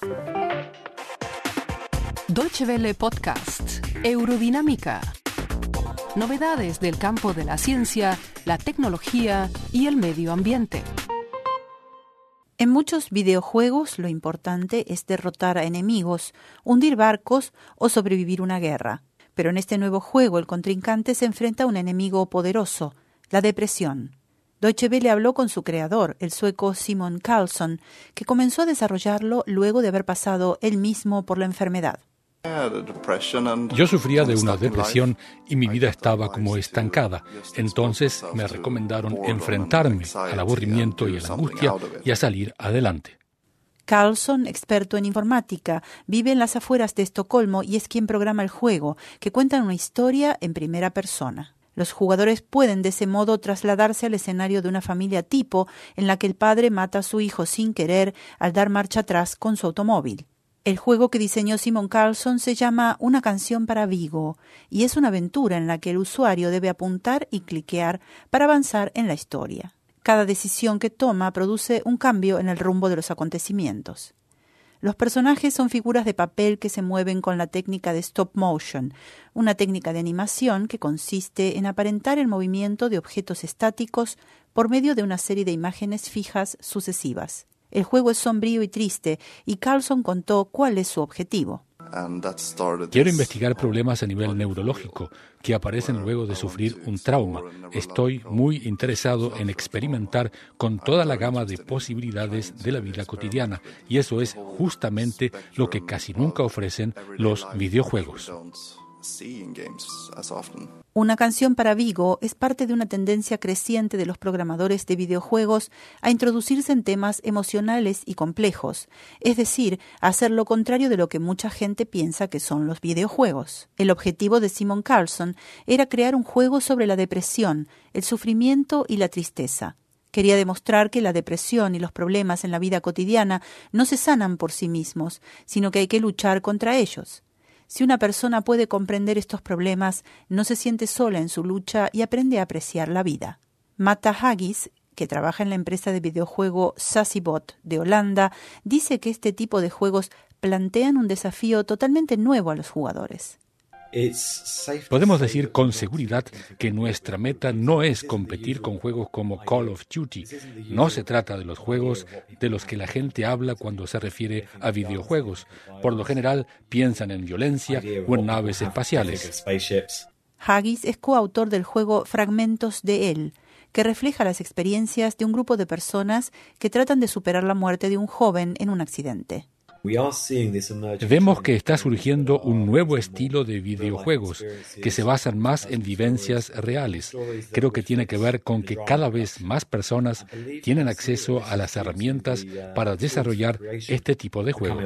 Deutsche Welle Podcast, Eurodinámica. Novedades del campo de la ciencia, la tecnología y el medio ambiente. En muchos videojuegos lo importante es derrotar a enemigos, hundir barcos o sobrevivir una guerra. Pero en este nuevo juego el contrincante se enfrenta a un enemigo poderoso, la depresión. Deutsche Welle habló con su creador, el sueco Simon Karlsson, que comenzó a desarrollarlo luego de haber pasado él mismo por la enfermedad. Yo sufría de una depresión y mi vida estaba como estancada. Entonces me recomendaron enfrentarme al aburrimiento y a la angustia y a salir adelante. Karlsson, experto en informática, vive en las afueras de Estocolmo y es quien programa el juego, que cuenta una historia en primera persona. Los jugadores pueden de ese modo trasladarse al escenario de una familia tipo en la que el padre mata a su hijo sin querer al dar marcha atrás con su automóvil. El juego que diseñó Simon Karlsson se llama Una canción para Vigo y es una aventura en la que el usuario debe apuntar y cliquear para avanzar en la historia. Cada decisión que toma produce un cambio en el rumbo de los acontecimientos. Los personajes son figuras de papel que se mueven con la técnica de stop motion, una técnica de animación que consiste en aparentar el movimiento de objetos estáticos por medio de una serie de imágenes fijas sucesivas. El juego es sombrío y triste, y Karlsson contó cuál es su objetivo. Quiero investigar problemas a nivel neurológico que aparecen luego de sufrir un trauma. Estoy muy interesado en experimentar con toda la gama de posibilidades de la vida cotidiana, y eso es justamente lo que casi nunca ofrecen los videojuegos. Una canción para Vigo es parte de una tendencia creciente de los programadores de videojuegos a introducirse en temas emocionales y complejos, es decir, a hacer lo contrario de lo que mucha gente piensa que son los videojuegos. El objetivo de Simon Karlsson era crear un juego sobre la depresión, el sufrimiento y la tristeza. Quería demostrar que la depresión y los problemas en la vida cotidiana no se sanan por sí mismos, sino que hay que luchar contra ellos. Si una persona puede comprender estos problemas, no se siente sola en su lucha y aprende a apreciar la vida. Mata Haggis, que trabaja en la empresa de videojuego Sassybot de Holanda, dice que este tipo de juegos plantean un desafío totalmente nuevo a los jugadores. Podemos decir con seguridad que nuestra meta no es competir con juegos como Call of Duty. No se trata de los juegos de los que la gente habla cuando se refiere a videojuegos. Por lo general, piensan en violencia o en naves espaciales. Haggis es coautor del juego Fragmentos de él, que refleja las experiencias de un grupo de personas que tratan de superar la muerte de un joven en un accidente. Vemos que está surgiendo un nuevo estilo de videojuegos que se basan más en vivencias reales. Creo que tiene que ver con que cada vez más personas tienen acceso a las herramientas para desarrollar este tipo de juegos.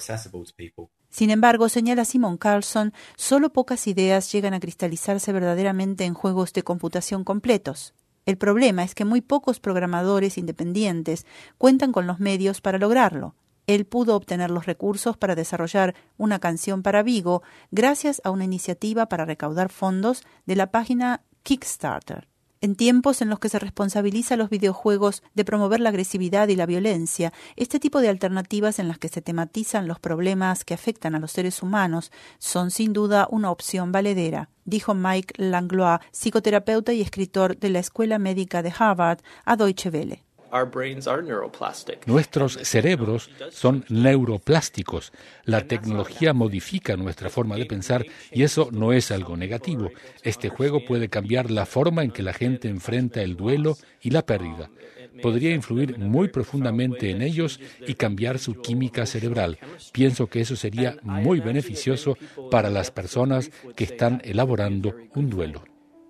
Sin embargo, señala Simon Karlsson, solo pocas ideas llegan a cristalizarse verdaderamente en juegos de computación completos. El problema es que muy pocos programadores independientes cuentan con los medios para lograrlo. Él pudo obtener los recursos para desarrollar Una canción para Vigo gracias a una iniciativa para recaudar fondos de la página Kickstarter. En tiempos en los que se responsabiliza a los videojuegos de promover la agresividad y la violencia, este tipo de alternativas en las que se tematizan los problemas que afectan a los seres humanos son sin duda una opción valedera, dijo Mike Langlois, psicoterapeuta y escritor de la Escuela Médica de Harvard, a Deutsche Welle. Nuestros cerebros son neuroplásticos. La tecnología modifica nuestra forma de pensar y eso no es algo negativo. Este juego puede cambiar la forma en que la gente enfrenta el duelo y la pérdida. Podría influir muy profundamente en ellos y cambiar su química cerebral. Pienso que eso sería muy beneficioso para las personas que están elaborando un duelo.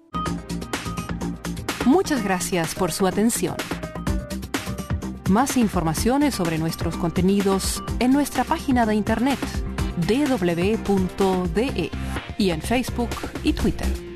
Muchas gracias por su atención. Más informaciones sobre nuestros contenidos en nuestra página de internet www.de y en Facebook y Twitter.